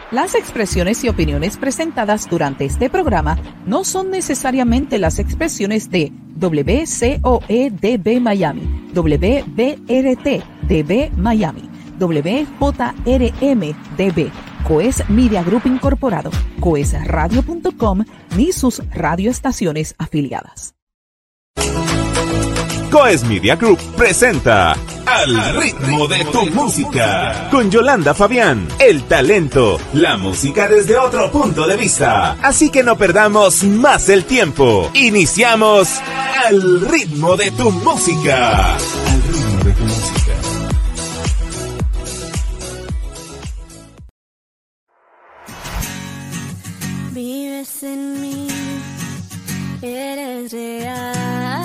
Las expresiones y opiniones presentadas durante este programa no son necesariamente las expresiones de WCOEDB Miami, WBRT-DB Miami, WJRM-DB, Coes Media Group Incorporado, coesradio.com, ni sus radioestaciones afiliadas. Coes Media Group presenta Al ritmo de tu música con Yolanda Fabián, el talento, la música desde otro punto de vista. Así que no perdamos más el tiempo. Iniciamos Al ritmo de tu música. Al ritmo de tu música. Vives en mí, eres real.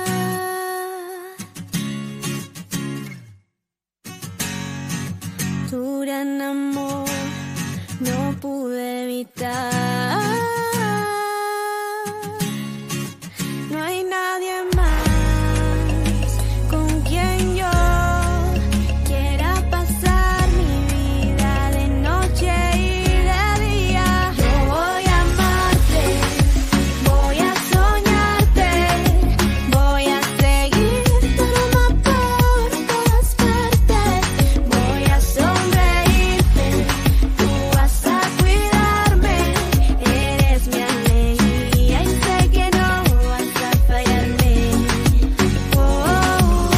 Tu gran amor no pude evitar. No hay nadie más con quien yo quiera pasar mi vida de noche y de día. Yo voy a amarte, voy a soñarte, voy a seguir tu rumbo por todas partes. Voy a sonreírte, tú vas a cuidarme, eres mi alegría y sé que no vas a fallarme. Oh, oh,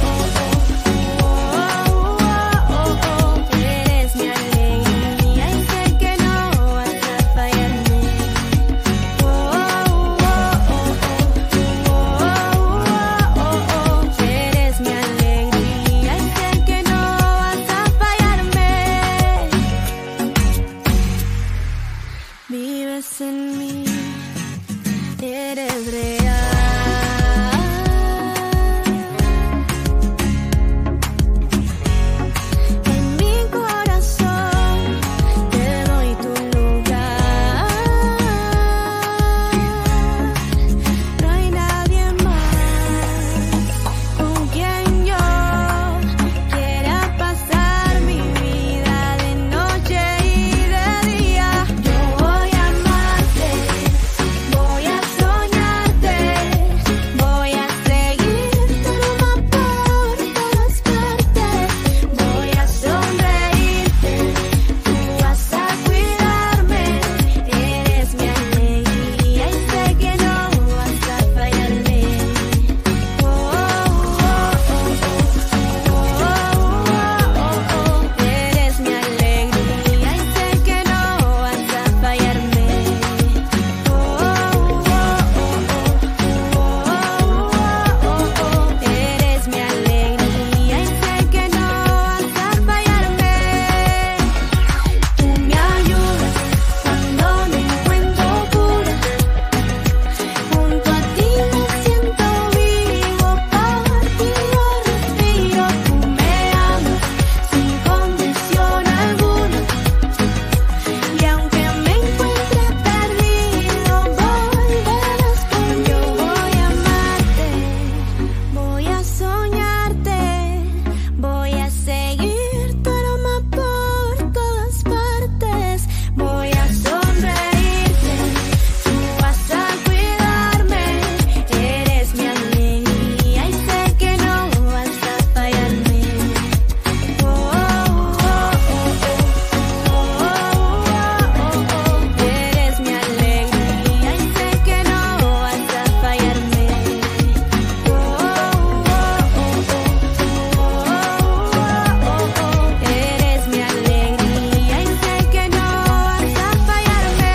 eres mi alegría y sé que no vas a fallarme. Eres mi alegría y sé que no vas a fallarme. Vives en mí, eres real. En mi corazón te doy tu lugar. No hay nadie más con quien yo quiera pasar mi vida de noche y de día. Yo voy a amarte, voy a soñarte, voy a seguir tu rumbo por todas partes. Voy a sonreírte, tú vas a cuidarme, eres mi alegría y sé que no vas a fallarme. Eres mi alegría y sé que no vas a fallarme. Eres mi alegría y sé que no vas a fallarme. Tú me ayudas cuando me encuentro pura. Junto a ti me siento vivo, por ti yo respiro. Tú me amas sin condición alguna. Y aunque me encuentre perdido, volverás con yo. Voy a amarte, voy a soñarte, voy a seguir tu aroma por todas partes. Voy a sonreírte, tú vas a cuidarme, eres mi alegría y sé que no vas a fallarme. Eres mi alegría y sé que no vas a fallarme. Eres mi alegría y sé que no vas a fallarme.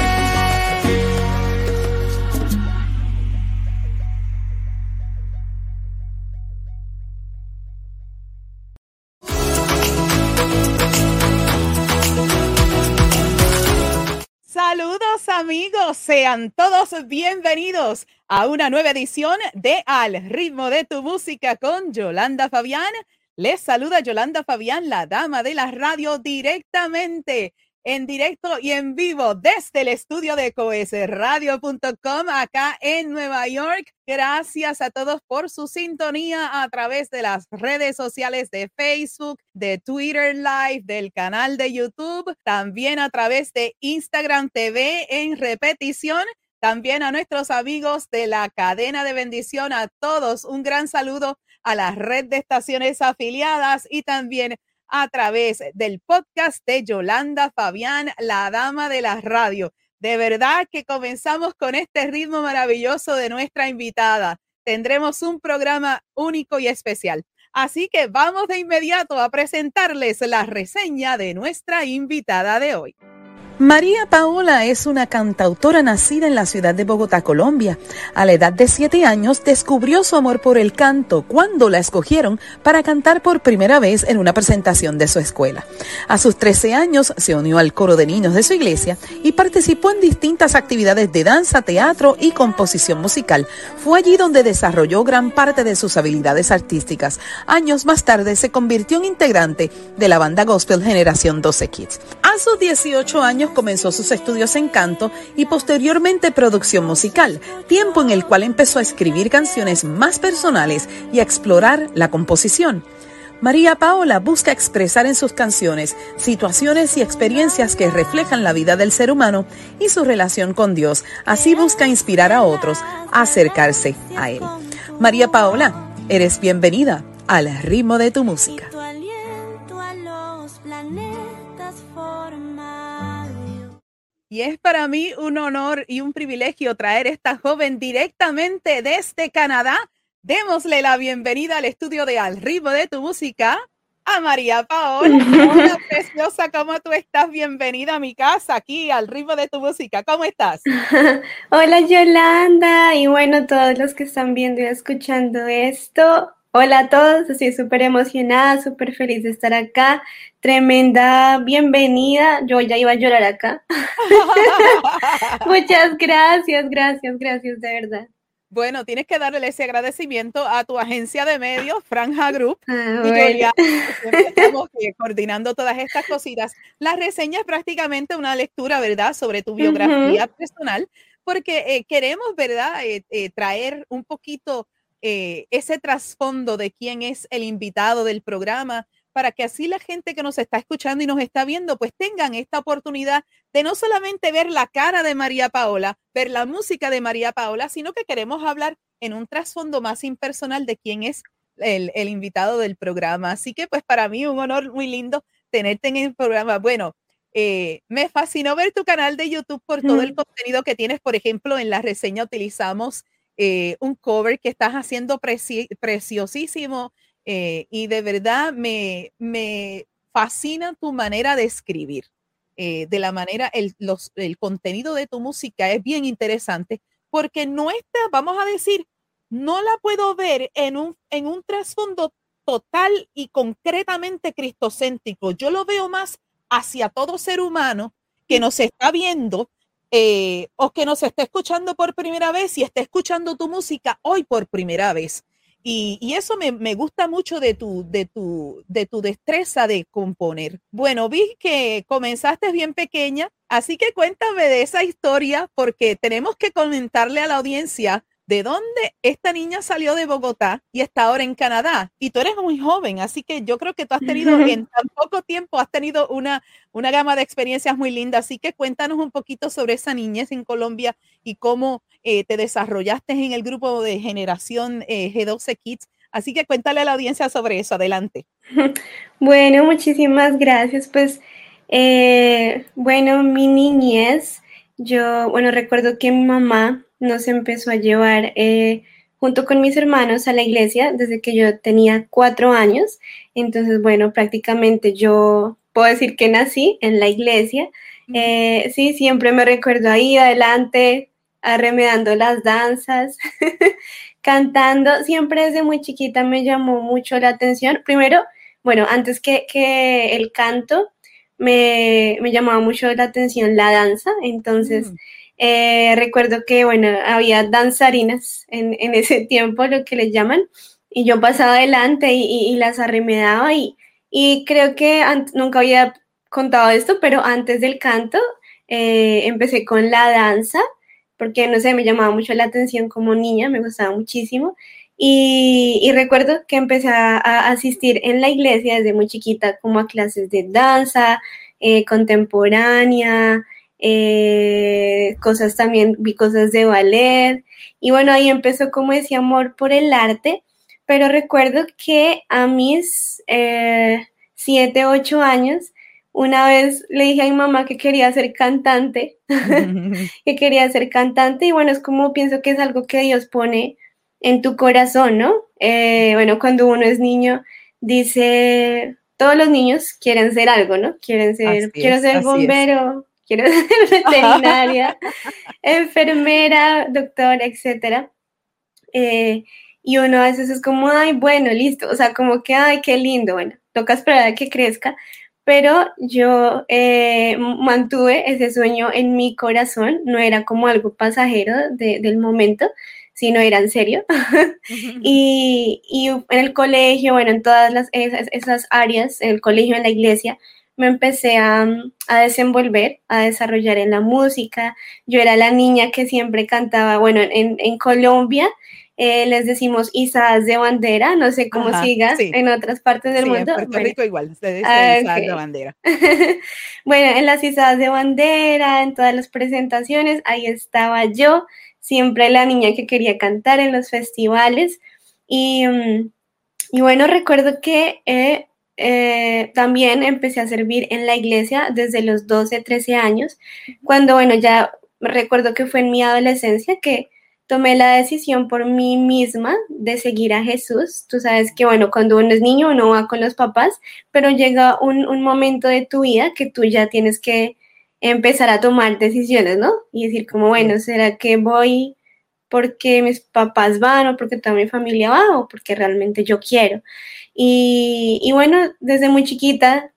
Saludos amigos, sean todos bienvenidos a una nueva edición de Al ritmo de tu música con Yolanda Fabián. Les saluda Yolanda Fabián, la dama de la radio, directamente en directo y en vivo desde el estudio de coesradio.com acá en Nueva York. Gracias a todos por su sintonía a través de las redes sociales de Facebook, de Twitter Live, del canal de YouTube, también a través de Instagram TV en repetición. También a nuestros amigos de la cadena de bendición, a todos un gran saludo a la red de estaciones afiliadas y también a través del podcast de Yolanda Fabián, la dama de la radio. De verdad que comenzamos con este ritmo maravilloso de nuestra invitada. Tendremos un programa único y especial. Así que vamos de inmediato a presentarles la reseña de nuestra invitada de hoy. María Paola es una cantautora nacida en la ciudad de Bogotá, Colombia. A la edad de 7 años descubrió su amor por el canto cuando la escogieron para cantar por primera vez en una presentación de su escuela. A sus 13 años se unió al coro de niños de su iglesia y participó en distintas actividades de danza, teatro y composición musical. Fue allí donde desarrolló gran parte de sus habilidades artísticas. Años más tarde se convirtió en integrante de la banda gospel Generación 12 Kids. A sus 18 años comenzó sus estudios en canto y posteriormente producción musical, tiempo en el cual empezó a escribir canciones más personales y a explorar la composición. María Paola busca expresar en sus canciones situaciones y experiencias que reflejan la vida del ser humano y su relación con Dios. Así busca inspirar a otros a acercarse a Él. María Paola, eres bienvenida al ritmo de tu música. Y es para mí un honor y un privilegio traer a esta joven directamente desde Canadá. Démosle la bienvenida al estudio de Al ritmo de tu música a María Paola. Hola, preciosa, ¿cómo tú estás? Bienvenida a mi casa, aquí al ritmo de tu música. ¿Cómo estás? Hola, Yolanda, y bueno, todos los que están viendo y escuchando esto. Hola a todos, estoy súper emocionada, súper feliz de estar acá. Tremenda bienvenida. Yo ya iba a llorar acá. Muchas gracias, de verdad. Bueno, tienes que darle ese agradecimiento a tu agencia de medios, Franja Group. Bueno. Y siempre estamos coordinando todas estas cositas. La reseña es prácticamente una lectura, ¿verdad?, sobre tu biografía personal, porque queremos, ¿verdad?, traer un poquito ese trasfondo de quién es el invitado del programa, para que así la gente que nos está escuchando y nos está viendo, pues tengan esta oportunidad de no solamente ver la cara de María Paola, ver la música de María Paola, sino que queremos hablar en un trasfondo más impersonal de quién es el invitado del programa. Así que pues para mí un honor muy lindo tenerte en el programa. Bueno, me fascinó ver tu canal de YouTube por todo el contenido que tienes. Por ejemplo, en la reseña utilizamos un cover que estás haciendo preciosísimo. Y de verdad me fascina tu manera de escribir, de la manera, el contenido de tu música es bien interesante, porque no está, vamos a decir, no la puedo ver en un trasfondo total y concretamente cristocéntrico. Yo lo veo más hacia todo ser humano que nos está viendo o que nos está escuchando por primera vez y está escuchando tu música hoy por primera vez. Y eso me gusta mucho de tu destreza de componer. Bueno, vi que comenzaste bien pequeña, así que cuéntame de esa historia, porque tenemos que comentarle a la audiencia de dónde esta niña salió de Bogotá y está ahora en Canadá. Y tú eres muy joven, así que yo creo que tú has tenido, en tan poco tiempo, has tenido una gama de experiencias muy lindas. Así que cuéntanos un poquito sobre esa niñez en Colombia y cómo te desarrollaste en el grupo de Generación G12 Kids. Así que cuéntale a la audiencia sobre eso. Adelante. Bueno, muchísimas gracias. Pues, bueno, mi niñez, yo, recuerdo que mi mamá nos empezó a llevar junto con mis hermanos a la iglesia desde que yo tenía 4 años. Entonces, bueno, prácticamente yo puedo decir que nací en la iglesia. Sí, siempre me recuerdo ahí adelante, arremedando las danzas, cantando. Siempre desde muy chiquita me llamó mucho la atención. Primero, bueno, antes que el canto, me llamaba mucho la atención la danza. Entonces, recuerdo que, bueno, había danzarinas en ese tiempo, lo que les llaman, y yo pasaba adelante y las arremedaba y creo que nunca había contado esto, pero antes del canto empecé con la danza, porque no sé, me llamaba mucho la atención como niña, me gustaba muchísimo. Y recuerdo que empecé a asistir en la iglesia desde muy chiquita como a clases de danza contemporánea, cosas también, vi cosas de ballet. Y bueno, ahí empezó como ese amor por el arte, pero recuerdo que a mis 7, 8 años, una vez le dije a mi mamá que quería ser cantante, que quería ser cantante, y bueno, es como pienso que es algo que Dios pone en tu corazón, ¿no? Bueno, cuando uno es niño, dice, todos los niños quieren ser algo, ¿no? Quiero ser así es. bombero, quiero ser veterinaria, enfermera, doctora, etcétera. Y uno a veces es como, ay, bueno, listo, o sea, como que, ay, qué lindo, bueno, toca esperar a que crezca, pero yo mantuve ese sueño en mi corazón, no era como algo pasajero del momento, sino era en serio. Y en el colegio, bueno, en todas esas áreas, en el colegio, en la iglesia, me empecé a desenvolver, a desarrollar en la música. Yo era la niña que siempre cantaba, bueno, en Colombia les decimos izadas de bandera, no sé cómo Ajá, siga sí, en otras partes del sí, en mundo. Puerto Bueno, Rico igual, se dice izadas de ok. bandera. Bueno, en las izadas de bandera, en todas las presentaciones, ahí estaba yo, siempre la niña que quería cantar en los festivales. Y, y bueno, recuerdo que también empecé a servir en la iglesia desde los 12, 13 años, cuando, bueno, ya recuerdo que fue en mi adolescencia que tomé la decisión por mí misma de seguir a Jesús. Tú sabes que, bueno, cuando uno es niño uno va con los papás, pero llega un momento de tu vida que tú ya tienes que empezar a tomar decisiones, ¿no? Y decir como, Así bueno, es. ¿será que voy porque mis papás van o porque toda mi familia va o porque realmente yo quiero? Y bueno, desde muy chiquita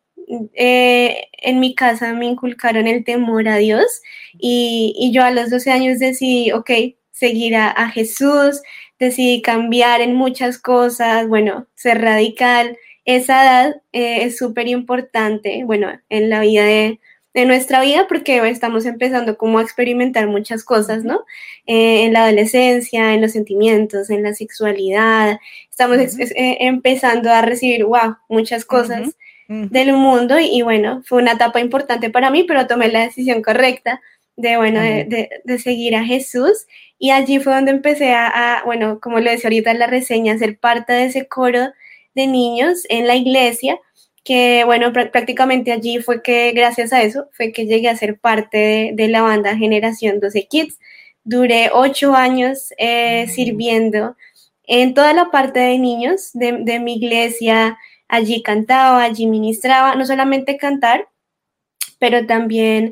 en mi casa me inculcaron el temor a Dios y yo a los 12 años decidí, ok, seguir a Jesús, decidí cambiar en muchas cosas, bueno, ser radical. Esa edad es súper importante, bueno, en la vida de nuestra vida porque estamos empezando como a experimentar muchas cosas, Ujú, ¿no? En la adolescencia, en los sentimientos, en la sexualidad, estamos ujú, empezando a recibir, wow, muchas ujú, cosas ujú. del mundo y bueno, fue una etapa importante para mí, pero tomé la decisión correcta de, bueno, Amén. de seguir a Jesús y allí fue donde empecé bueno, como le decía ahorita en la reseña, a ser parte de ese coro de niños en la iglesia, que bueno, prácticamente allí fue que, gracias a eso, fue que llegué a ser parte de la banda Generación 12 Kids. Duré 8 años Wow. sirviendo en toda la parte de niños de mi iglesia. Allí cantaba, allí ministraba, no solamente cantar, pero también,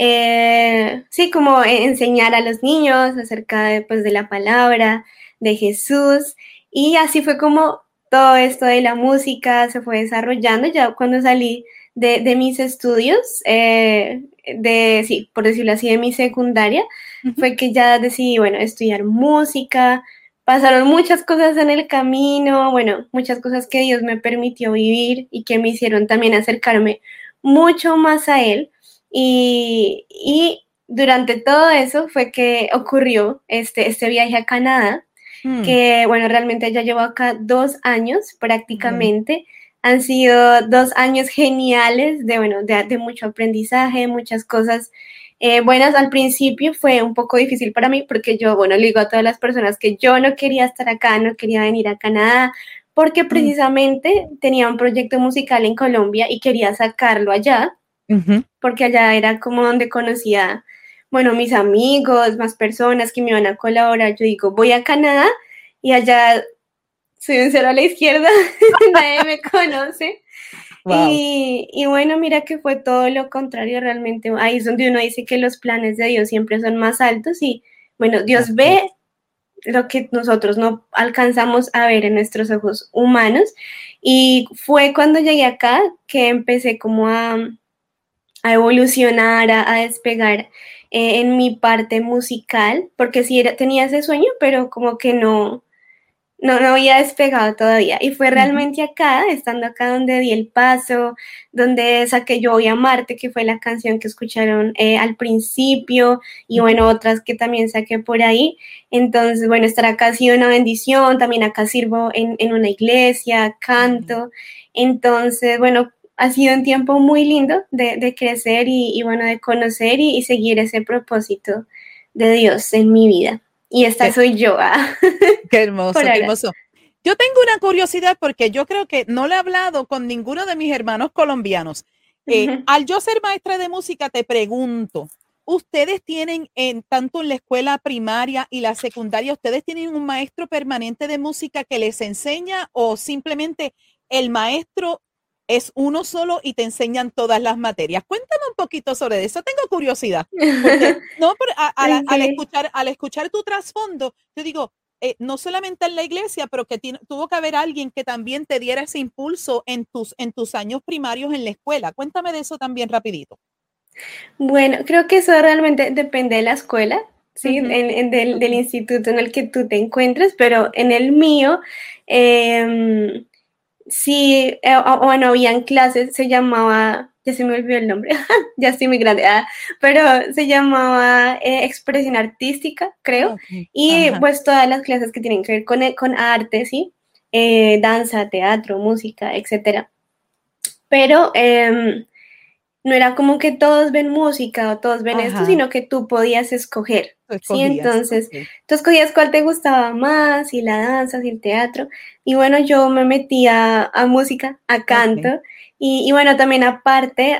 sí, como enseñar a los niños acerca de, pues, de la palabra, de Jesús. Y así fue como todo esto de la música se fue desarrollando. Ya cuando salí de mis estudios, sí, por decirlo así, de mi secundaria, Ujú. fue que ya decidí, bueno, estudiar música. Pasaron muchas cosas en el camino, bueno, muchas cosas que Dios me permitió vivir y que me hicieron también acercarme mucho más a él y durante todo eso fue que ocurrió este viaje a Canadá, Mm, que bueno, realmente ya llevo acá 2 años amén. prácticamente. Han sido 2 años geniales de, bueno, de mucho aprendizaje, muchas cosas buenas. Al principio fue un poco difícil para mí porque yo, bueno, le digo a todas las personas que yo no quería estar acá, no quería venir a Canadá, porque Mm, precisamente tenía un proyecto musical en Colombia y quería sacarlo allá ujú. porque allá era como donde conocía, bueno, mis amigos, más personas que me iban a colaborar. Yo digo, voy a Canadá y allá soy un cero a la izquierda, nadie me conoce. Wow. Y bueno, mira que fue todo lo contrario realmente. Ahí es donde uno dice que los planes de Dios siempre son más altos y bueno, Dios Así ve es. lo que nosotros no alcanzamos a ver en nuestros ojos humanos. Y fue cuando llegué acá que empecé como a evolucionar, a despegar en mi parte musical, porque sí tenía ese sueño, pero como que no, no había despegado todavía. Y fue realmente acá, estando acá donde di el paso, donde saqué Yo Voy a Amarte, que fue la canción que escucharon al principio, y bueno, otras que también saqué por ahí. Entonces, bueno, estar acá ha sido una bendición, también acá sirvo en una iglesia, canto. Entonces, bueno, ha sido un tiempo muy lindo de crecer y bueno, de conocer y seguir ese propósito de Dios en mi vida. Y esta soy yo. Qué hermoso, qué hermoso. Yo tengo una curiosidad porque yo creo que no le he hablado con ninguno de mis hermanos colombianos. Al yo ser maestra de música, te pregunto, ¿ustedes tienen tanto en la escuela primaria y la secundaria, ustedes tienen un maestro permanente de música que les enseña o simplemente el maestro es uno solo y te enseñan todas las materias? Cuéntame un poquito sobre eso. Tengo curiosidad. Porque, no, al escuchar tu trasfondo, yo digo, no solamente en la iglesia, pero que tuvo que haber alguien que también te diera ese impulso en tus años primarios en la escuela. Cuéntame de eso también rapidito. Bueno, creo que eso realmente depende de la escuela, ¿sí? Del instituto en el que tú te encuentres, pero en el mío, sí, bueno, habían clases, se llamaba, ya se me olvidó el nombre, ya estoy muy grande, pero se llamaba expresión artística, creo, y pues todas las clases que tienen que ver con arte, ¿sí? Danza, teatro, música, etcétera. Pero no era como que todos ven música o todos ven esto, sino que tú podías escoger. Sí, entonces tú escogías cuál te gustaba más, si la danza, si el teatro. Y bueno, yo me metí a música, a canto. Y bueno, también aparte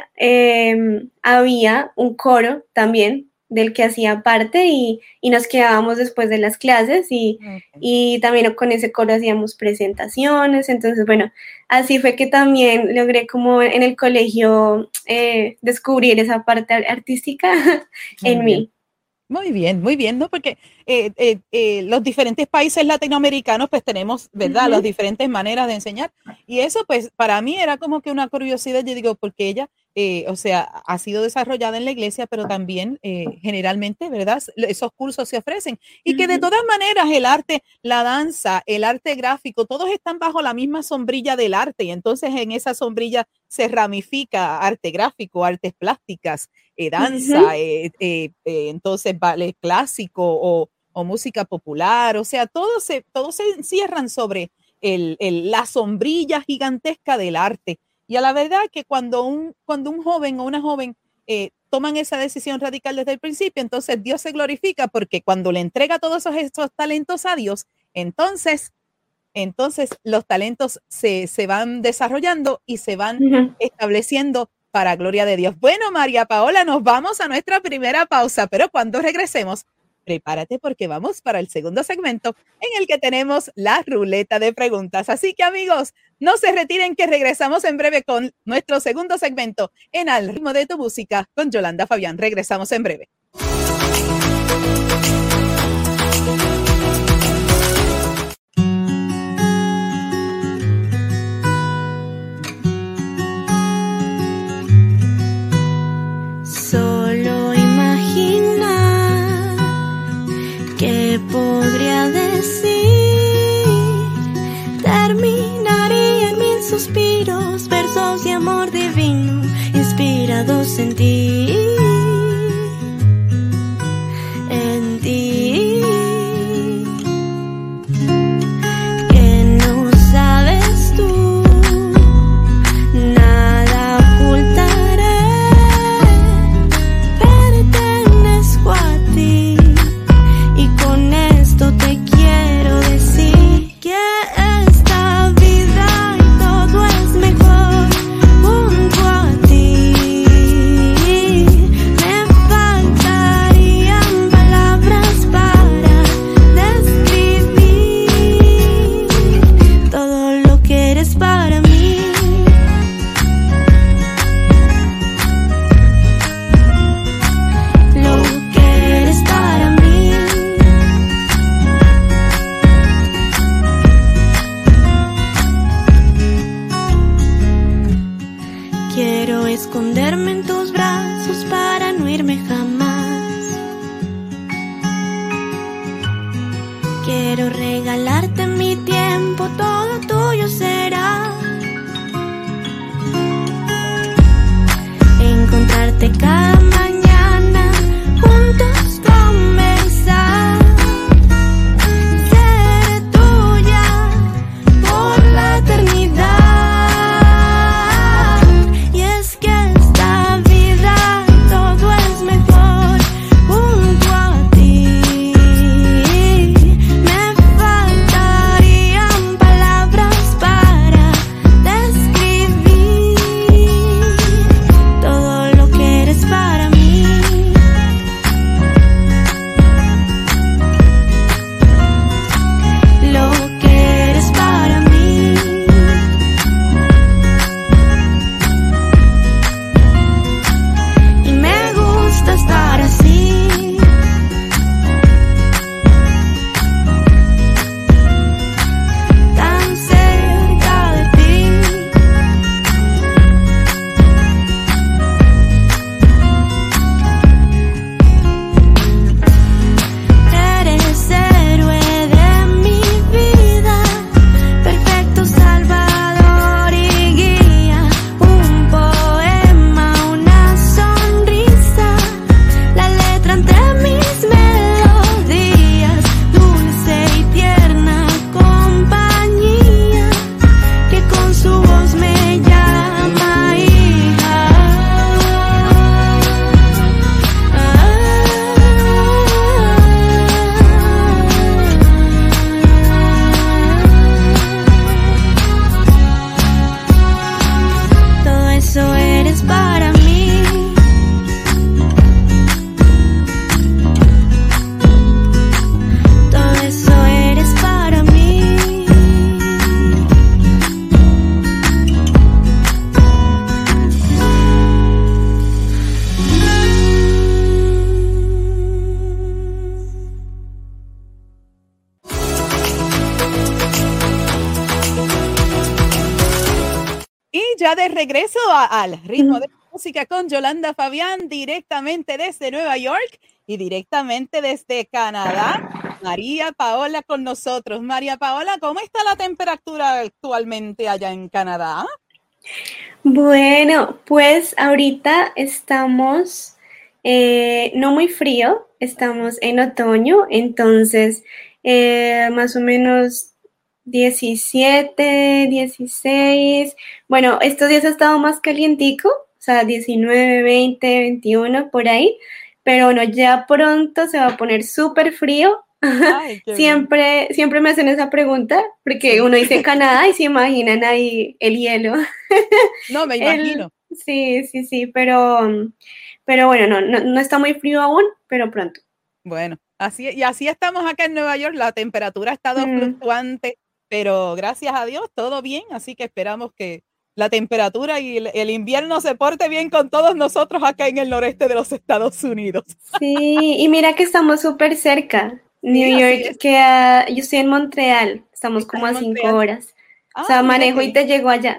había un coro también del que hacía parte y nos quedábamos después de las clases y también con ese coro hacíamos presentaciones. Entonces, bueno, así fue que también logré como en el colegio descubrir esa parte artística en mí. Muy bien, ¿no? Porque los diferentes países latinoamericanos pues tenemos, ¿verdad? Las diferentes maneras de enseñar. Y eso pues para mí era como que una curiosidad, yo digo, porque ella, o sea, ha sido desarrollada en la iglesia, pero también generalmente, ¿verdad? Esos cursos se ofrecen. Y que de todas maneras el arte, la danza, el arte gráfico, todos están bajo la misma sombrilla del arte. Y entonces en esa sombrilla se ramifica arte gráfico, artes plásticas, danza, entonces ballet clásico o música popular, o sea, todos se encierran sobre la sombrilla gigantesca del arte. Y a la verdad que cuando un joven o una joven toman esa decisión radical desde el principio, entonces Dios se glorifica porque cuando le entrega todos esos talentos a Dios, entonces los talentos se van desarrollando y se van estableciendo para gloria de Dios. Bueno, María Paola, nos vamos a nuestra primera pausa, pero cuando regresemos, prepárate porque vamos para el segundo segmento en el que tenemos la ruleta de preguntas. Así que, amigos, no se retiren que regresamos en breve con nuestro segundo segmento en Al Ritmo de tu Música con Yolanda Fabián. Regresamos en breve. Solo imaginar qué podría decir, terminaría en mil suspiros, versos de amor divino, inspirados en ti, en ti, que no sabes tú, nada ocultaré, pertenezco a ti, y con esto te quiero decir que esta vida y todo es mejor junto a ti. Me faltarían palabras para describir todo lo que eres para mí. Lo que eres para mí. Quiero esconderme en tus brazos para no irme jamás. Quiero regalarte mi mi tiempo todo tuyo será. Encontrarte cada mañana, juntos conversar. Seré tuya por la eternidad. Y es que esta vida todo es mejor junto a ti. Me faltarían palabras para describir todo lo que eres para mí. Lo que eres para mí. Y me gusta estar así. Tan cerca de ti. Eres héroe de mi vida, perfecto salvador y guía. Un poema, una sonrisa, la letra entre mis melodías. Dulce y tierna compañía, que con su voz me llama hija. Todo eso eres para mí. Todo eso eres para mí. Y ya de regreso al ritmo de música con Yolanda Fabián, directamente desde Nueva York y directamente desde Canadá. María Paola con nosotros. María Paola, ¿cómo está la temperatura actualmente allá en Canadá? Bueno, pues ahorita estamos no muy frío, estamos en otoño, entonces más o menos 17, 16. Bueno, estos días ha estado más calientico, o sea, 19, 20, 21 por ahí, pero bueno, ya pronto se va a poner súper frío. Ay, qué bien. Siempre me hacen esa pregunta, porque uno dice Canadá y se imaginan ahí el hielo. No, me imagino. Sí, pero bueno, no está muy frío aún, pero pronto. Bueno, así estamos acá en Nueva York. La temperatura ha estado fluctuante, pero gracias a Dios todo bien. Así que esperamos que la temperatura y el invierno se porte bien con todos nosotros acá en el noreste de los Estados Unidos. Sí, y mira que estamos súper cerca. Sí, New así York, es. yo estoy en Montreal, estamos Estás como en a 5 Montreal. horas. Ah, O sea, mira manejo qué y bien. te llego allá.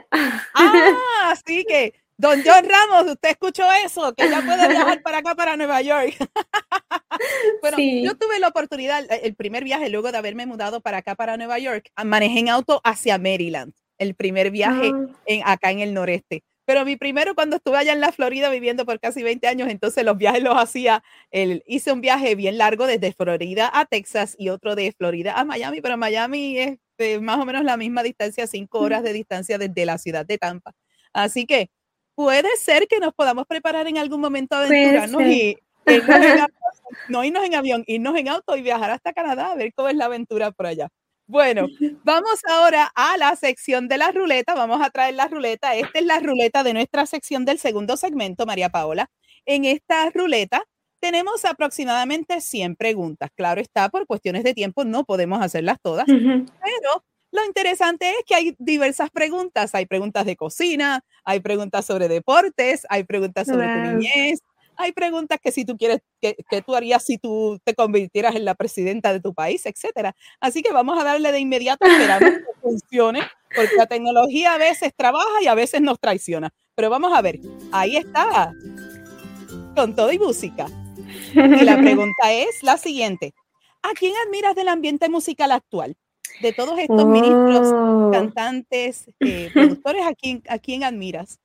Así que, don John Ramos, ¿usted escuchó eso? Que ya puede viajar para acá, para Nueva York. Bueno, yo Sí. tuve la oportunidad, el primer viaje luego de haberme mudado para acá, para Nueva York, manejé en auto hacia Maryland, el primer viaje Ah, acá en el noreste. Pero mi primero, cuando estuve allá en la Florida viviendo por casi 20 años, entonces los viajes los hacía, hice un viaje bien largo desde Florida a Texas y otro de Florida a Miami, pero Miami es más o menos la misma distancia, 5 horas de distancia desde la ciudad de Tampa. Así que puede ser que nos podamos preparar en algún momento a puede aventurarnos ser. y irnos en avión, no irnos en avión, irnos en auto y viajar hasta Canadá a ver cómo es la aventura por allá. Bueno, vamos ahora a la sección de la ruleta. Vamos a traer la ruleta. Esta es la ruleta de nuestra sección del segundo segmento, María Paola. En esta ruleta tenemos aproximadamente 100 preguntas. Claro está, por cuestiones de tiempo no podemos hacerlas todas, pero lo interesante es que hay diversas preguntas. Hay preguntas de cocina, hay preguntas sobre deportes, hay preguntas sobre tu Wow. niñez, hay preguntas que si tú quieres, que tú harías si tú te convirtieras en la presidenta de tu país, etcétera. Así que vamos a darle de inmediato, esperamos que funcione, porque la tecnología a veces trabaja y a veces nos traiciona. Pero vamos a ver, ahí está, con todo y música. Y la pregunta es la siguiente. ¿A quién admiras del ambiente musical actual? de todos estos ministros, Oh. cantantes, productores, ¿a quién admiras?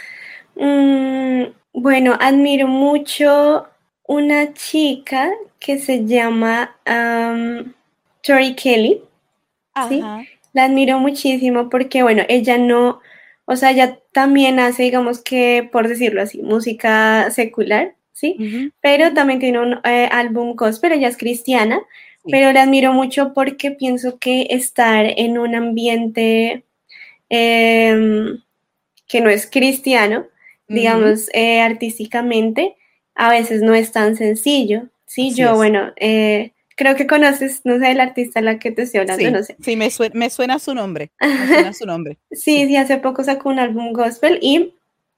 Bueno, admiro mucho una chica que se llama Tori Kelly, ¿sí? Ajá. La admiro muchísimo porque, bueno, ella no, o sea, ella también hace, digamos que, por decirlo así, música secular, ¿sí? Ujú. Pero también tiene un álbum gospel, ella es cristiana, Sí. pero la admiro mucho porque pienso que estar en un ambiente que no es cristiano, Ujú. digamos, artísticamente, a veces no es tan sencillo, ¿sí? Así Yo, es. bueno, creo que conoces, no sé, el artista a la que te estoy hablando, Sí, no sé. sí, me suena su nombre, me suena su nombre. Sí, sí, hace poco sacó un álbum gospel y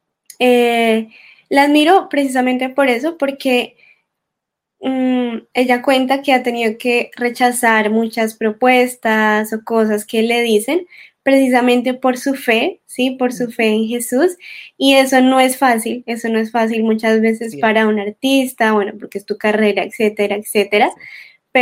la admiro precisamente por eso, porque ella cuenta que ha tenido que rechazar muchas propuestas o cosas que le dicen precisamente por su fe, ¿sí? Por su fe en Jesús. Y eso no es fácil muchas veces Así es. para un artista, bueno, porque es tu carrera, etcétera, etcétera. Sí.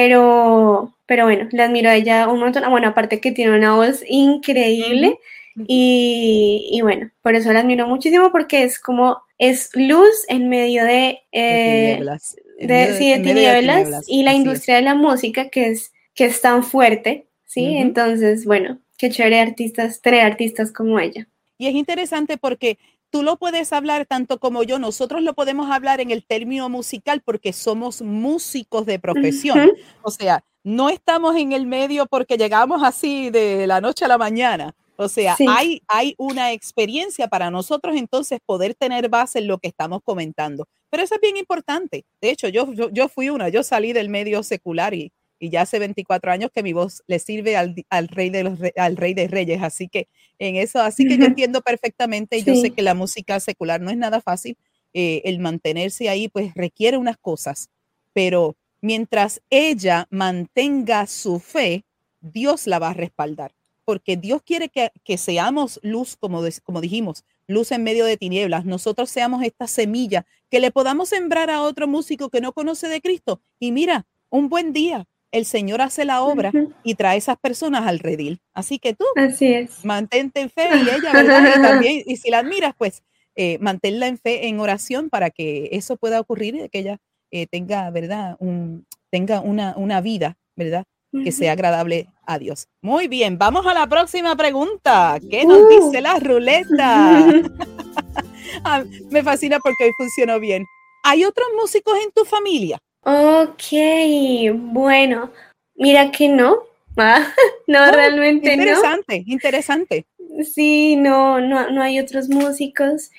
Pero bueno, la admiro a ella un montón. Ah, bueno, aparte que tiene una voz increíble Ujú, ujú. y bueno, por eso la admiro muchísimo porque es como, es luz en medio De tinieblas, sí, de en medio de tinieblas tinieblas, y la así es. industria de la música que es tan fuerte, ¿sí? Ujú. Entonces, bueno, qué chévere artistas, tener artistas como ella. Y es interesante porque tú lo puedes hablar tanto como yo, nosotros lo podemos hablar en el término musical porque somos músicos de Ujú, profesión. O sea, no estamos en el medio porque llegamos así de la noche a la mañana. O sea, sí. hay una experiencia para nosotros entonces poder tener base en lo que estamos comentando. Pero eso es bien importante. De hecho, yo fui yo salí del medio secular y ya hace 24 años que mi voz le sirve al rey al rey de reyes. Así que en eso, así que yo entiendo perfectamente, y yo sé Sí. que la música secular no es nada fácil, el mantenerse ahí pues requiere unas cosas, pero mientras ella mantenga su fe, Dios la va a respaldar, porque Dios quiere que seamos luz, como dijimos, luz en medio de tinieblas, nosotros seamos esta semilla que le podamos sembrar a otro músico que no conoce de Cristo, y mira, un buen día, el Señor hace la obra Ujú, y trae esas personas al redil. Así que tú así es. mantente en fe y ella, ¿verdad? Y también, y si la admiras, pues manténla en fe, en oración para que eso pueda ocurrir y que ella tenga, ¿verdad? Tenga una vida, ¿verdad? Que Ujú. sea agradable a Dios. Muy bien, vamos a la próxima pregunta. ¿Qué nos Uh. dice la ruleta? Ah, me fascina porque hoy funcionó bien. ¿Hay otros músicos en tu familia? Ok, bueno, mira que no, no, Oh, realmente no. interesante, interesante. Sí, no hay otros músicos.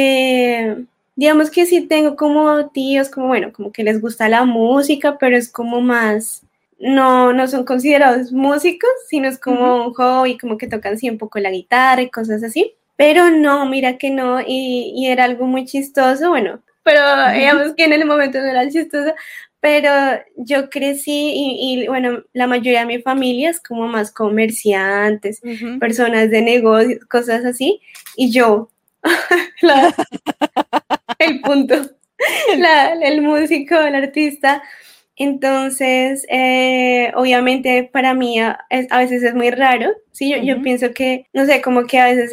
Digamos que sí tengo como tíos, como bueno, como que les gusta la música, pero es como más, no son considerados músicos, sino es Ujú. como un hobby, como que tocan sí un poco la guitarra y cosas así. Pero no, mira que no, y era algo muy chistoso, bueno, pero digamos que en el momento no era chistoso, pero yo crecí bueno, la mayoría de mi familia es como más comerciantes, Ujú. personas de negocios, cosas así, y yo, la- el punto, el músico, el artista. Entonces, obviamente para mí a veces es muy raro, ¿sí? Yo Ujú. pienso que, no sé, como que a veces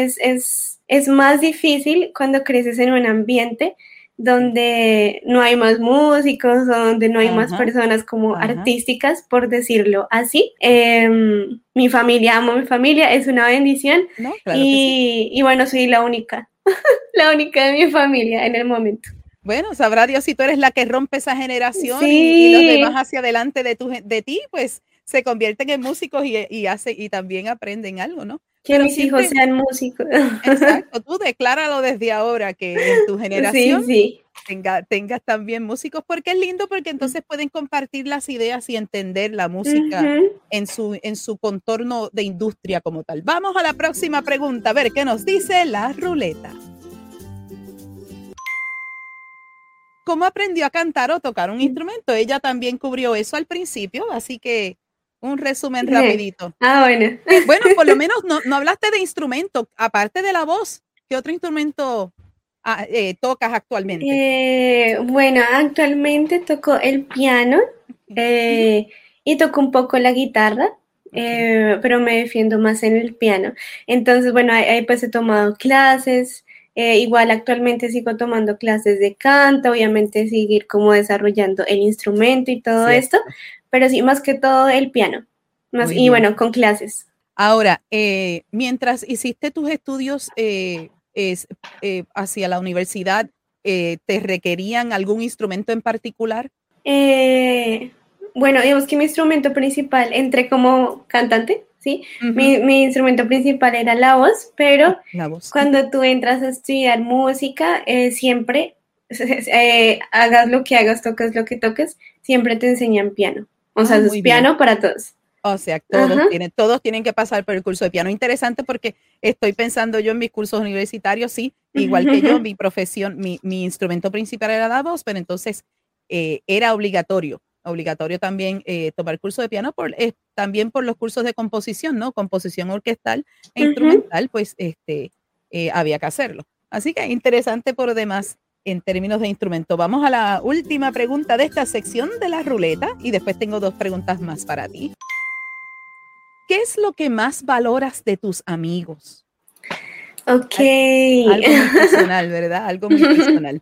es más difícil cuando creces en un ambiente Sí. donde no hay más músicos, o donde no hay más Ajá, personas como ajá. artísticas, por decirlo así. Mi familia, amo mi familia, es una bendición No, claro que sí. y bueno, soy la única de mi familia en el momento. Bueno, sabrá Dios si tú eres la que rompe esa generación y los demás Sí, hacia adelante de ti, pues se convierten en músicos y también aprenden algo, ¿no? que Pero mis hijos siempre, sean músicos. exacto, tú decláralo desde ahora que en tu generación Sí, sí. tengas también músicos, porque es lindo, porque entonces pueden compartir las ideas y entender la música Ujú. en su contorno de industria como tal. Vamos a la próxima pregunta, a ver qué nos dice la ruleta. ¿Cómo aprendió a cantar o tocar un instrumento? Ella también cubrió eso al principio, así que un resumen rapidito. Bueno. Bueno, por lo menos no hablaste de instrumento, aparte de la voz, ¿qué otro instrumento tocas actualmente? Bueno, actualmente toco el piano Ujú, y toco un poco la guitarra. pero me defiendo más en el piano. Entonces, bueno, ahí pues he tomado clases, igual actualmente sigo tomando clases de canto, obviamente seguir como desarrollando el instrumento y todo esto, Cierto. pero sí, más que todo el piano, más, Muy y bien. bueno, con clases. Ahora, mientras hiciste tus estudios hacia la universidad, ¿te requerían algún instrumento en particular? Bueno, digamos que mi instrumento principal, entré como cantante, ¿sí? Ujú. Mi instrumento principal era la voz, pero La voz. cuando tú entras a estudiar música, siempre, hagas lo que hagas, toques lo que toques, siempre te enseñan piano. O sea, Ah, eso es muy bien. piano para todos. O sea, Ajá. todos tienen que pasar por el curso de piano. Interesante porque estoy pensando yo en mis cursos universitarios, sí, igual que yo, mi profesión, mi instrumento principal era la voz, pero entonces era obligatorio también tomar curso de piano, también por los cursos de composición, ¿no? Composición orquestal e Ujú. instrumental, pues había que hacerlo. Así que interesante por demás en términos de instrumento. Vamos a la última pregunta de esta sección de la ruleta y después tengo 2 preguntas más para ti. ¿Qué es lo que más valoras de tus amigos? Ok. Algo muy personal, ¿verdad? Algo muy personal.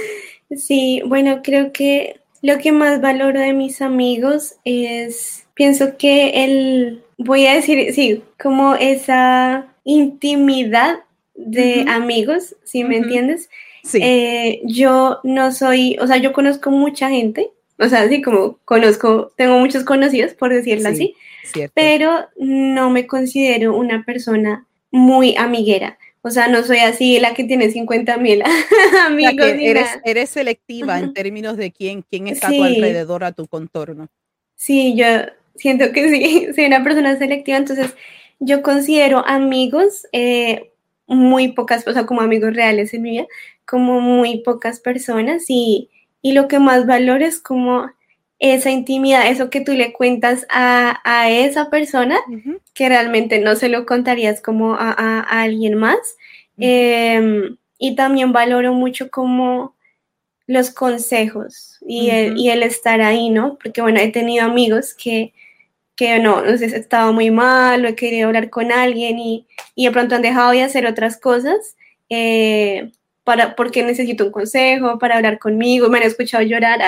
Sí, bueno, creo que lo que más valoro de mis amigos es, pienso que voy a decir, sí, como esa intimidad de Ujú, amigos, ¿sí me ujú. entiendes? Sí, Yo no soy, o sea, yo conozco mucha gente, o sea, sí, como conozco, tengo muchos conocidos, por decirlo sí, así, cierto. pero no me considero una persona muy amiguera. O sea, no soy así la que tiene 50,000 O sea, amigos que ni nada. eres selectiva en Ujú. términos de quién está a tu Sí, alrededor, a tu contorno. sí, yo siento que sí, soy una persona selectiva, entonces yo considero amigos muy pocas, o sea, como amigos reales en mi vida, como muy pocas personas y lo que más valoro es como esa intimidad, eso que tú le cuentas a esa persona Ujú, que realmente no se lo contarías como a alguien más. ujú, Y también valoro mucho como los consejos ujú. y el estar ahí, ¿no? Porque bueno, he tenido amigos que no sé, he estado muy mal o he querido hablar con alguien y de pronto han dejado de hacer otras cosas porque necesito un consejo, para hablar conmigo, me han escuchado llorar.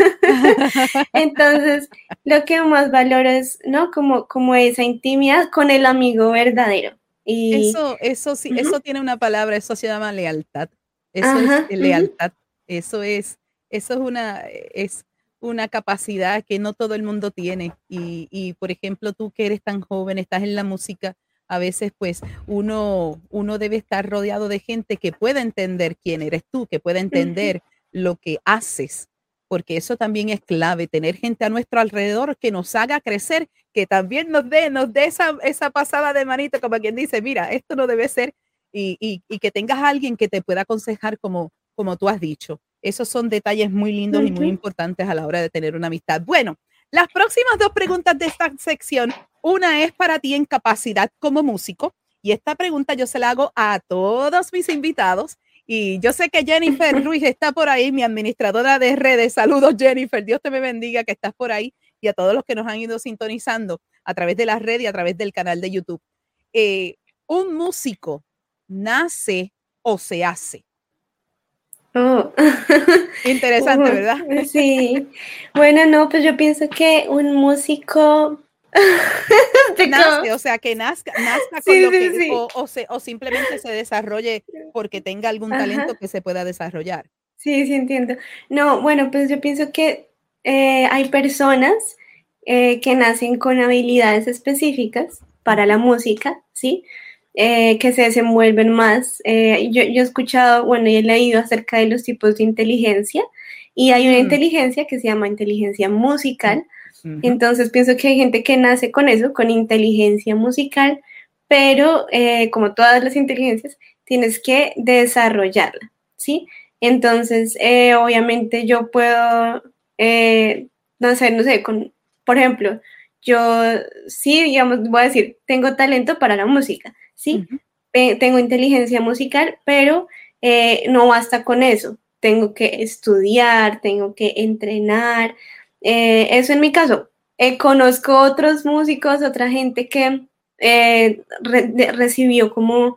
Entonces, lo que más valoro es, ¿no? Como esa intimidad con el amigo verdadero. Y, Eso sí, eso ujú, tiene una palabra, eso se llama lealtad. Eso es ajá, ujú, lealtad. Eso es, eso es una capacidad que no todo el mundo tiene. Y, por ejemplo, tú que eres tan joven, estás en la música, a veces pues uno debe estar rodeado de gente que pueda entender quién eres tú, que pueda ujú, entender lo que haces, porque eso también es clave, tener gente a nuestro alrededor que nos haga crecer, que también nos dé esa pasada de manito, como quien dice, mira, esto no debe ser, y que tengas a alguien que te pueda aconsejar como tú has dicho. Esos son detalles muy lindos y muy ujú. importantes a la hora de tener una amistad. Bueno, las próximas 2 preguntas de esta sección, una es para ti en capacidad como músico, y esta pregunta yo se la hago a todos mis invitados. Y yo sé que Jennifer Ruiz está por ahí, mi administradora de redes. Saludos, Jennifer. Dios te me bendiga que estás por ahí y a todos los que nos han ido sintonizando a través de la red y a través del canal de YouTube. Eh, ¿Un músico nace o se hace? Oh. Interesante, ¿verdad? Sí. Bueno, no, pues yo pienso que un músico. Nace, o sea, que nazca con Sí, lo sí, que, sí. o simplemente se desarrolle porque tenga algún talento Ajá. que se pueda desarrollar. Sí, sí, entiendo. No, bueno, pues yo pienso que hay personas que nacen con habilidades específicas para la Ujú, música, ¿sí? Que se desenvuelven más. Yo he escuchado, bueno, y he leído acerca de los tipos de inteligencia y hay una mm, inteligencia que se llama inteligencia mm, musical. ujú, Entonces pienso que hay gente que nace con eso, con inteligencia musical, pero como todas las inteligencias, tienes que desarrollarla, ¿sí? Entonces, obviamente yo puedo, no sé, por ejemplo, yo sí, digamos, voy a decir, tengo talento para la música, ¿sí? ujú. Tengo inteligencia musical, pero no basta con eso. Tengo que estudiar, tengo que entrenar. Eso en mi caso. conozco otros músicos, otra gente que recibió como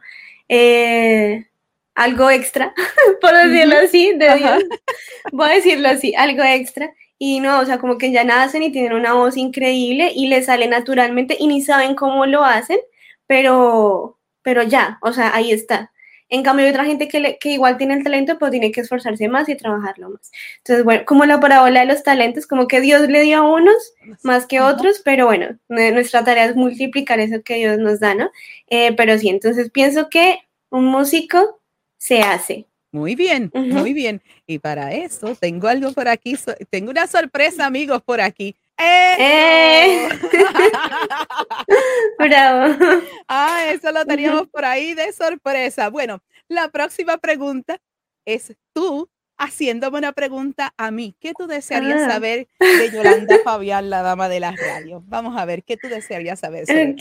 algo extra, por decirlo así, de Dios. Voy a decirlo así, algo extra. Y no, o sea, como que ya nacen y tienen una voz increíble y les sale naturalmente y ni saben cómo lo hacen, pero ya, o sea, ahí está. En cambio, hay otra gente que igual tiene el talento, pero tiene que esforzarse más y trabajarlo más. Entonces, bueno, como la parábola de los talentos, como que Dios le dio a unos más que a otros, pero bueno, nuestra tarea es multiplicar eso que Dios nos da, ¿no? Pero sí, entonces pienso que un músico se hace. Muy bien, muy bien. Y para eso tengo algo por aquí, tengo una sorpresa, amigos, por aquí. Bravo. Eso lo teníamos por ahí de sorpresa. Bueno, la próxima pregunta es tú haciéndome una pregunta a mí. ¿Qué tú desearías saber de Yolanda Fabián, la dama de las radios? Vamos a ver, ¿qué tú desearías saber sobre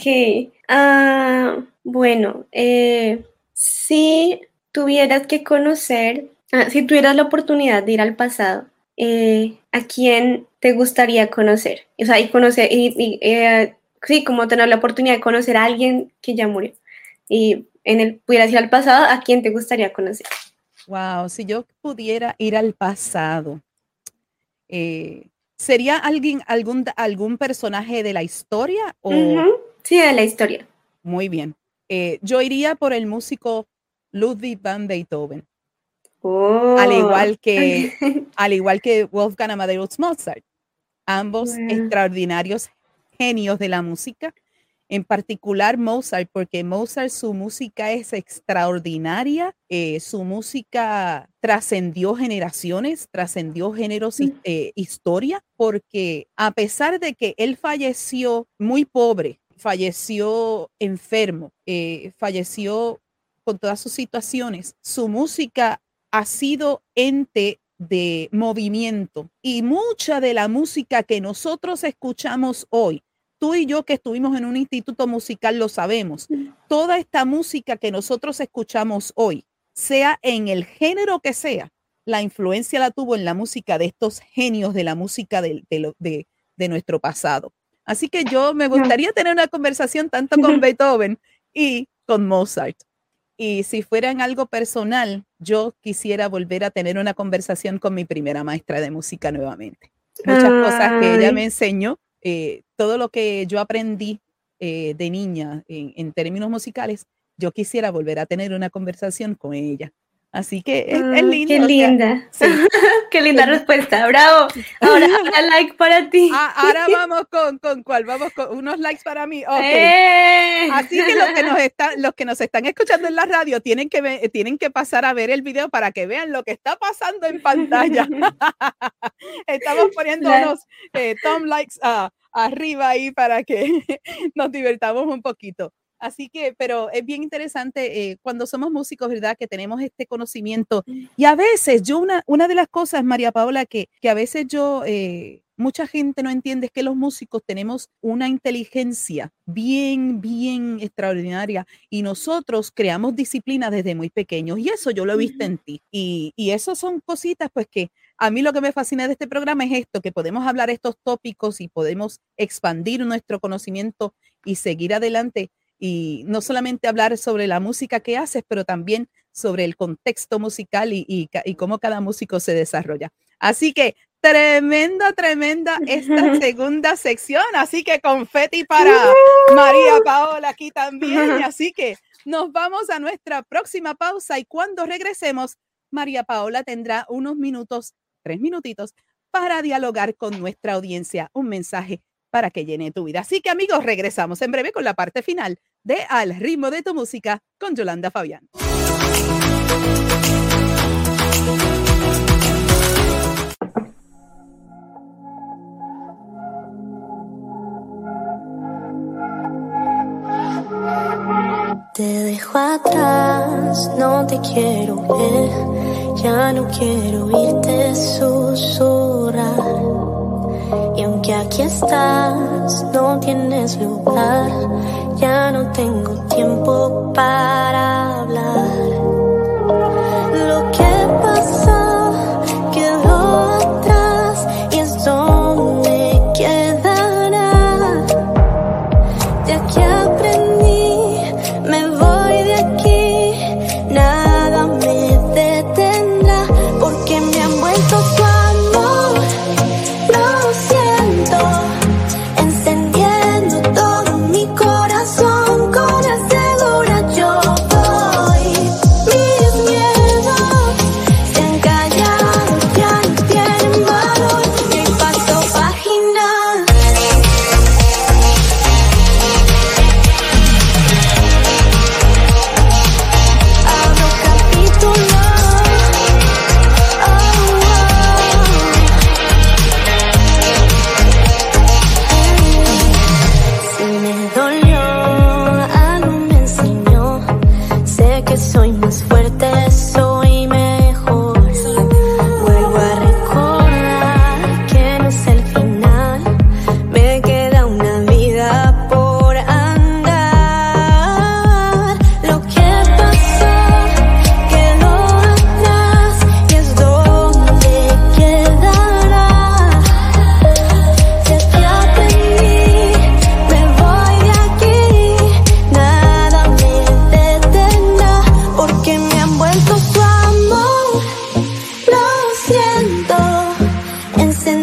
bueno, si tuvieras que conocer, si tuvieras la oportunidad de ir al pasado, ¿a quién te gustaría conocer? O sea, y conocer, sí, como tener la oportunidad de conocer a alguien que ya murió. Y pudieras ir al pasado, ¿a quién te gustaría conocer? Wow, si yo pudiera ir al pasado, ¿sería algún personaje de la historia? Sí, de la historia. Muy bien. Yo iría por el músico Ludwig van Beethoven. Al igual que Wolfgang Amadeus Mozart. Ambos extraordinarios genios de la música. En particular Mozart, porque Mozart, su música es extraordinaria. Su música trascendió generaciones, trascendió géneros, historia, porque a pesar de que él falleció muy pobre, falleció enfermo, falleció con todas sus situaciones, su música ha sido ente de movimiento, y mucha de la música que nosotros escuchamos hoy, tú y yo que estuvimos en un instituto musical lo sabemos, toda esta música que nosotros escuchamos hoy, sea en el género que sea, la influencia la tuvo en la música de estos genios de la música de nuestro pasado. Así que yo me gustaría tener una conversación tanto con Beethoven y con Mozart. Y si fuera en algo personal, yo quisiera volver a tener una conversación con mi primera maestra de música nuevamente. Muchas cosas que ella me enseñó, todo lo que yo aprendí de niña en términos musicales, yo quisiera volver a tener una conversación con ella. Así que es lindo. Qué linda. Sí. Qué linda respuesta. Bravo. Ahora like para ti. Ahora vamos con ¿cuál? Vamos con unos likes para mí. Okay. Así que los que nos están escuchando en la radio tienen que pasar a ver el video para que vean lo que está pasando en pantalla. Estamos poniendo unos thumb likes arriba ahí para que nos divertamos un poquito. Así que, pero es bien interesante cuando somos músicos, ¿verdad? Que tenemos este conocimiento. Y a veces, una de las cosas, María Paola, que a veces mucha gente no entiende es que los músicos tenemos una inteligencia bien, bien extraordinaria y nosotros creamos disciplina desde muy pequeños. Y eso yo lo he visto en ti. Y eso son cositas, pues, que a mí lo que me fascina de este programa es esto, que podemos hablar estos tópicos y podemos expandir nuestro conocimiento y seguir adelante. Y no solamente hablar sobre la música que haces, pero también sobre el contexto musical y cómo cada músico se desarrolla. Así que tremenda esta segunda sección. Así que confeti para María Paola aquí también. Y así que nos vamos a nuestra próxima pausa y cuando regresemos, María Paola tendrá 3 minutitos para dialogar con nuestra audiencia. Un mensaje para que llene tu vida. Así que amigos, regresamos en breve con la parte final de Al ritmo de tu música con Yolanda Fabián. Te dejo atrás, no te quiero ver, ya no quiero oírte susurrar. Y aunque aquí estás, no tienes lugar, ya no tengo tiempo para hablar. Lo que pasó quedó atrás y esto me quedará.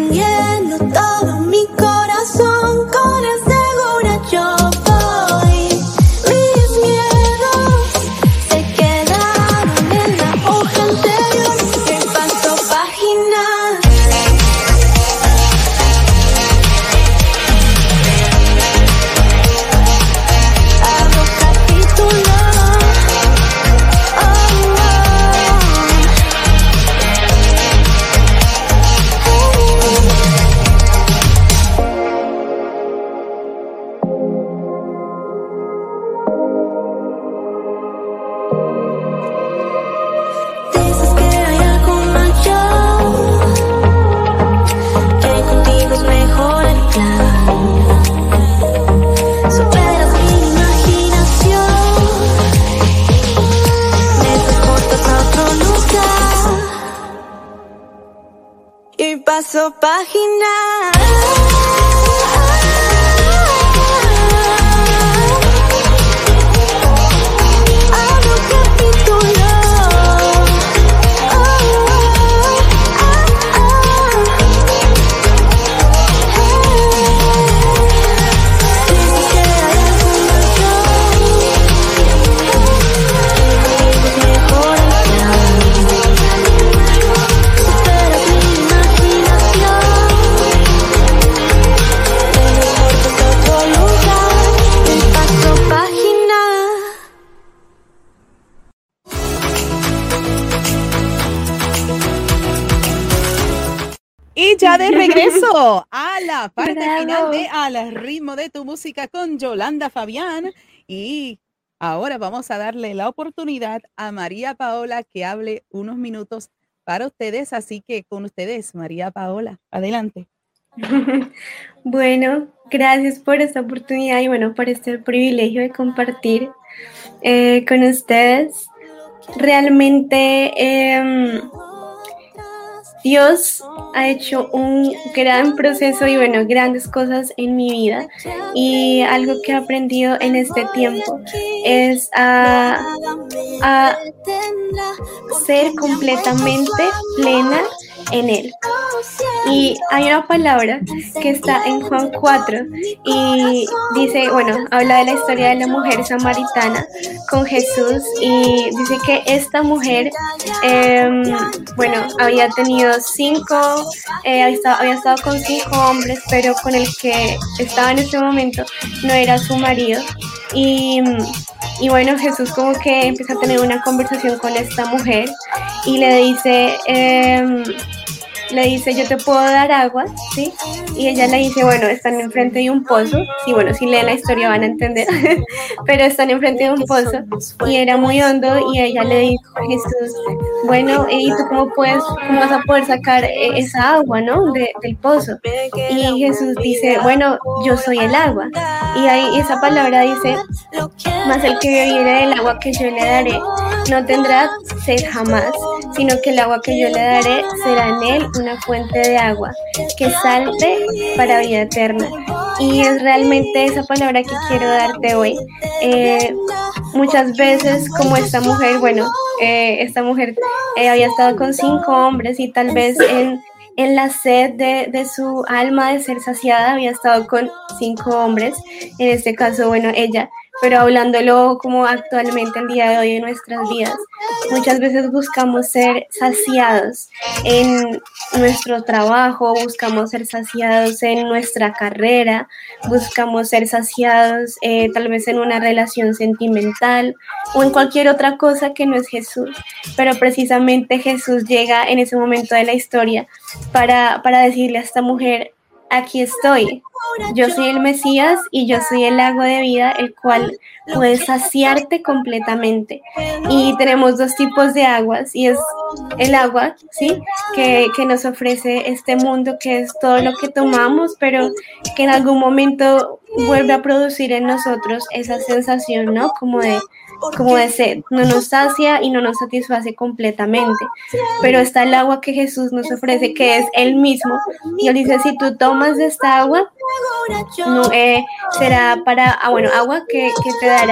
prendiendo todo mi corazón, con el segura yo voy. Mis miedos se quedaron en la hoja anterior, que paso página. Abro capítulo. Dices que hay algo mayor, que contigo es mejor el plan. Superas mi imaginación, me transportas a otro lugar y paso página. Abro capítulo. Dices que hay algo mayor, que mejor el plan. Superas mi imaginación, me transportas a otro lugar y paso página. Y ya de regreso a la parte Bravo. final de Al ritmo de tu música con Yolanda Fabián. Y ahora vamos a darle la oportunidad a María Paola que hable unos minutos para ustedes. Así que con ustedes, María Paola, adelante. Bueno, gracias por esta oportunidad y bueno, por este privilegio de compartir con ustedes. Realmente Dios ha hecho un gran proceso y bueno, grandes cosas en mi vida, y algo que he aprendido en este tiempo es a ser completamente plena en Él. Y hay una palabra que está en Juan 4 y dice, bueno, habla de la historia de la mujer samaritana con Jesús, y dice que esta mujer, bueno, había tenido había estado con 5 hombres, pero con el que estaba en ese momento no era su marido. Y bueno, Jesús como que empieza a tener una conversación con esta mujer y le dice, yo te puedo dar agua, ¿sí? Y ella le dice, bueno, están enfrente de un pozo. Sí, bueno, si leen la historia van a entender. Pero están enfrente de un pozo y era muy hondo, y ella le dijo a Jesús, bueno, ¿y tú cómo vas a poder sacar esa agua, ¿no? Del pozo? Y Jesús dice, bueno, yo soy el agua. Y ahí esa palabra dice, mas el que bebiere del agua que yo le daré no tendrá sed jamás, sino que el agua que yo le daré será en él una fuente de agua que salte para vida eterna. Y es realmente esa palabra que quiero darte hoy. Muchas veces, como esta mujer, esta mujer había estado con 5 hombres y tal vez en la sed de su alma de ser saciada había estado con 5 hombres, en este caso, bueno, ella. Pero hablándolo como actualmente el día de hoy en nuestras vidas, muchas veces buscamos ser saciados en nuestro trabajo, buscamos ser saciados en nuestra carrera, buscamos ser saciados tal vez en una relación sentimental o en cualquier otra cosa que no es Jesús. Pero precisamente Jesús llega en ese momento de la historia para decirle a esta mujer, aquí estoy, yo soy el Mesías y yo soy el agua de vida, el cual puede saciarte completamente. Y tenemos 2 tipos de aguas, y es el agua, ¿sí? Que nos ofrece este mundo, que es todo lo que tomamos, pero que en algún momento vuelve a producir en nosotros esa sensación, ¿no? Como de sed, no nos sacia y no nos satisface completamente. Pero está el agua que Jesús nos ofrece, que es Él mismo. Y Él dice, si tú tomas de esta agua, no, será para, agua que te dará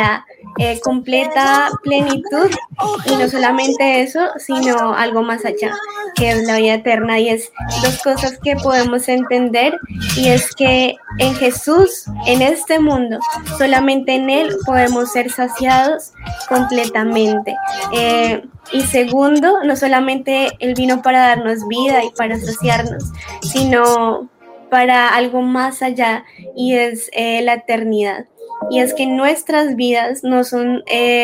completa plenitud, y no solamente eso, sino algo más allá, que es la vida eterna. Y es dos cosas que podemos entender, y es que en Jesús, en este mundo, solamente en Él podemos ser saciados completamente. Y segundo, no solamente Él vino para darnos vida y para saciarnos, sino para algo más allá, y es la eternidad. Y es que nuestras vidas no son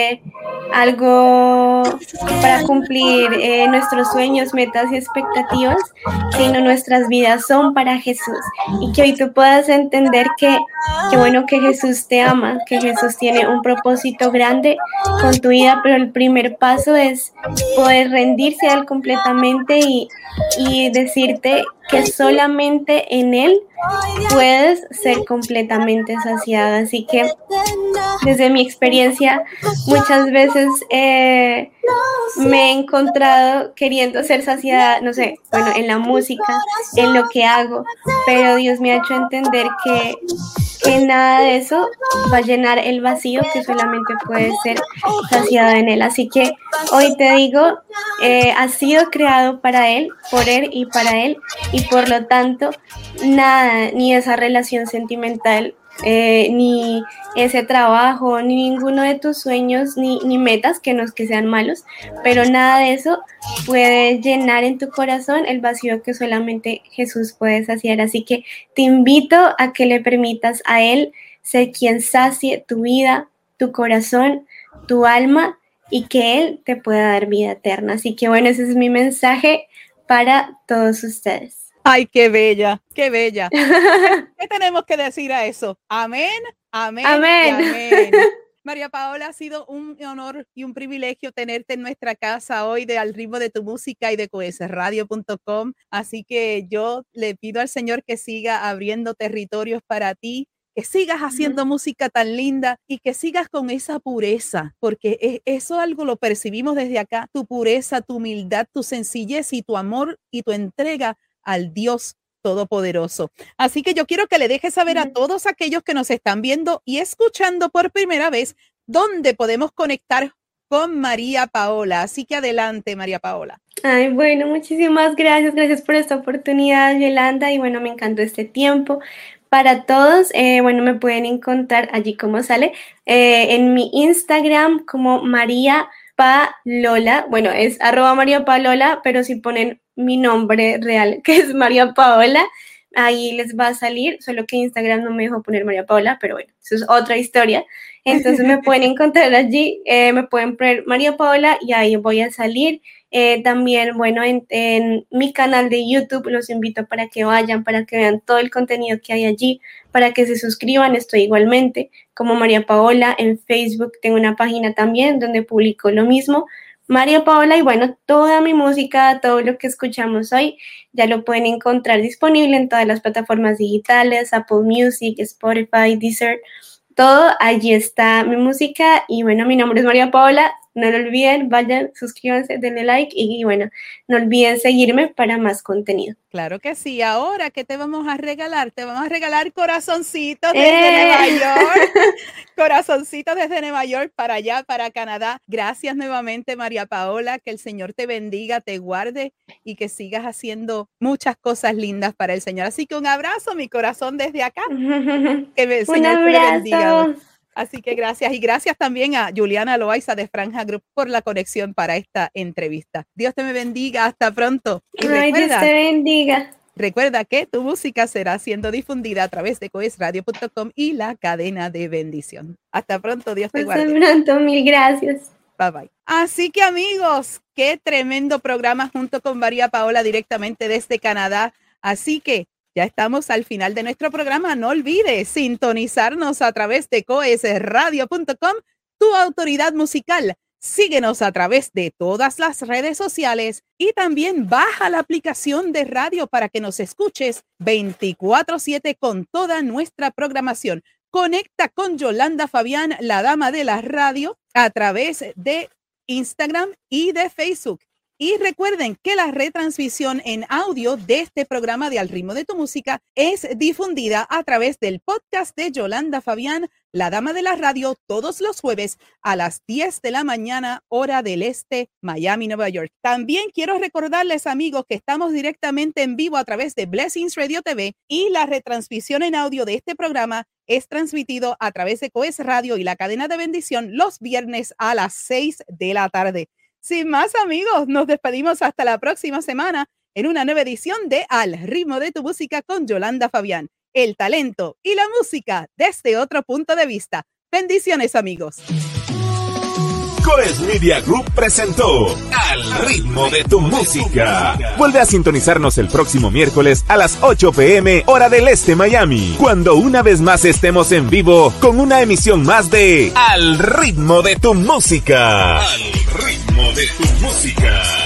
algo para cumplir nuestros sueños, metas y expectativas, sino nuestras vidas son para Jesús. Y que hoy tú puedas entender que bueno, que Jesús te ama, que Jesús tiene un propósito grande con tu vida, pero el primer paso es poder rendirse a Él completamente, y decirte que solamente en Él puedes ser completamente saciada. Así que desde mi experiencia, muchas veces me he encontrado queriendo ser saciada, no sé, bueno, en la música, en lo que hago, pero Dios me ha hecho entender que nada de eso va a llenar el vacío que solamente puede ser saciado en Él. Así que hoy te digo, has sido creado para Él, por Él y para Él, y por lo tanto, nada, ni esa relación sentimental, ni ese trabajo, ni ninguno de tus sueños, ni metas, que no es que sean malos, pero nada de eso puede llenar en tu corazón el vacío que solamente Jesús puede saciar. Así que te invito a que le permitas a Él ser quien sacie tu vida, tu corazón, tu alma, y que Él te pueda dar vida eterna. Así que bueno, ese es mi mensaje para todos ustedes. Ay, qué bella, qué bella. ¿Qué tenemos que decir a eso? Amén, amén, Amén. y amén. María Paola, ha sido un honor y un privilegio tenerte en nuestra casa hoy de Al Ritmo de tu Música y de coesradio.com. Así que yo le pido al Señor que siga abriendo territorios para ti, que sigas haciendo música tan linda y que sigas con esa pureza, porque eso algo lo percibimos desde acá, tu pureza, tu humildad, tu sencillez y tu amor y tu entrega al Dios Todopoderoso. Así que yo quiero que le dejes saber a todos aquellos que nos están viendo y escuchando por primera vez dónde podemos conectar con María Paola. Así que adelante, María Paola. Ay, bueno, muchísimas gracias. Gracias por esta oportunidad, Yolanda. Y bueno, me encantó este tiempo. Para todos, bueno, me pueden encontrar allí como sale, en mi Instagram como María Palola. Bueno, es @María Palola, pero si ponen mi nombre real, que es María Paola, ahí les va a salir, solo que Instagram no me dejó poner María Paola, pero bueno, eso es otra historia. Entonces me pueden encontrar allí, me pueden poner María Paola y ahí voy a salir. También, bueno, en mi canal de YouTube los invito para que vayan, para que vean todo el contenido que hay allí, para que se suscriban. Estoy igualmente como María Paola. En Facebook tengo una página también donde publico lo mismo, María Paola, y bueno, toda mi música, todo lo que escuchamos hoy, ya lo pueden encontrar disponible en todas las plataformas digitales, Apple Music, Spotify, Deezer, todo, allí está mi música. Y bueno, mi nombre es María Paola, no lo olviden, vayan, suscríbanse, denle like y bueno, no olviden seguirme para más contenido. Claro que sí. Ahora, ¿qué te vamos a regalar? Te vamos a regalar corazoncitos desde Nueva York. Corazoncitos desde Nueva York para allá, para Canadá. Gracias nuevamente, María Paola. Que el Señor te bendiga, te guarde y que sigas haciendo muchas cosas lindas para el Señor. Así que un abrazo, mi corazón, desde acá. Que el Señor te bendiga. Así que gracias. Y gracias también a Juliana Loaiza de Franja Group por la conexión para esta entrevista. Dios te me bendiga. Hasta pronto. Y Ay, Dios te bendiga. Recuerda que tu música será siendo difundida a través de coesradio.com y la cadena de bendición. Hasta pronto. Dios te guarde. Hasta pronto. Mil gracias. Bye bye. Así que amigos, qué tremendo programa junto con María Paola directamente desde Canadá. Así que ya estamos al final de nuestro programa. No olvides sintonizarnos a través de coesradio.com, tu autoridad musical. Síguenos a través de todas las redes sociales y también baja la aplicación de radio para que nos escuches 24/7 con toda nuestra programación. Conecta con Yolanda Fabián, la dama de la radio, a través de Instagram y de Facebook. Y recuerden que la retransmisión en audio de este programa de Al Ritmo de tu Música es difundida a través del podcast de Yolanda Fabián, la dama de la radio, todos los jueves a las 10 de la mañana, hora del este, Miami, Nueva York. También quiero recordarles, amigos, que estamos directamente en vivo a través de Blessings Radio TV y la retransmisión en audio de este programa es transmitido a través de Coes Radio y la cadena de bendición los viernes a las 6 de la tarde. Sin más, amigos, nos despedimos hasta la próxima semana en una nueva edición de Al Ritmo de tu Música con Yolanda Fabián. El talento y la música desde otro punto de vista. Bendiciones, amigos. Coes Media Group presentó Al Ritmo de tu Música. Vuelve a sintonizarnos el próximo miércoles a las 8 p.m. hora del este Miami, cuando una vez más estemos en vivo con una emisión más de Al Ritmo de tu Música. Al Ritmo de tu Música.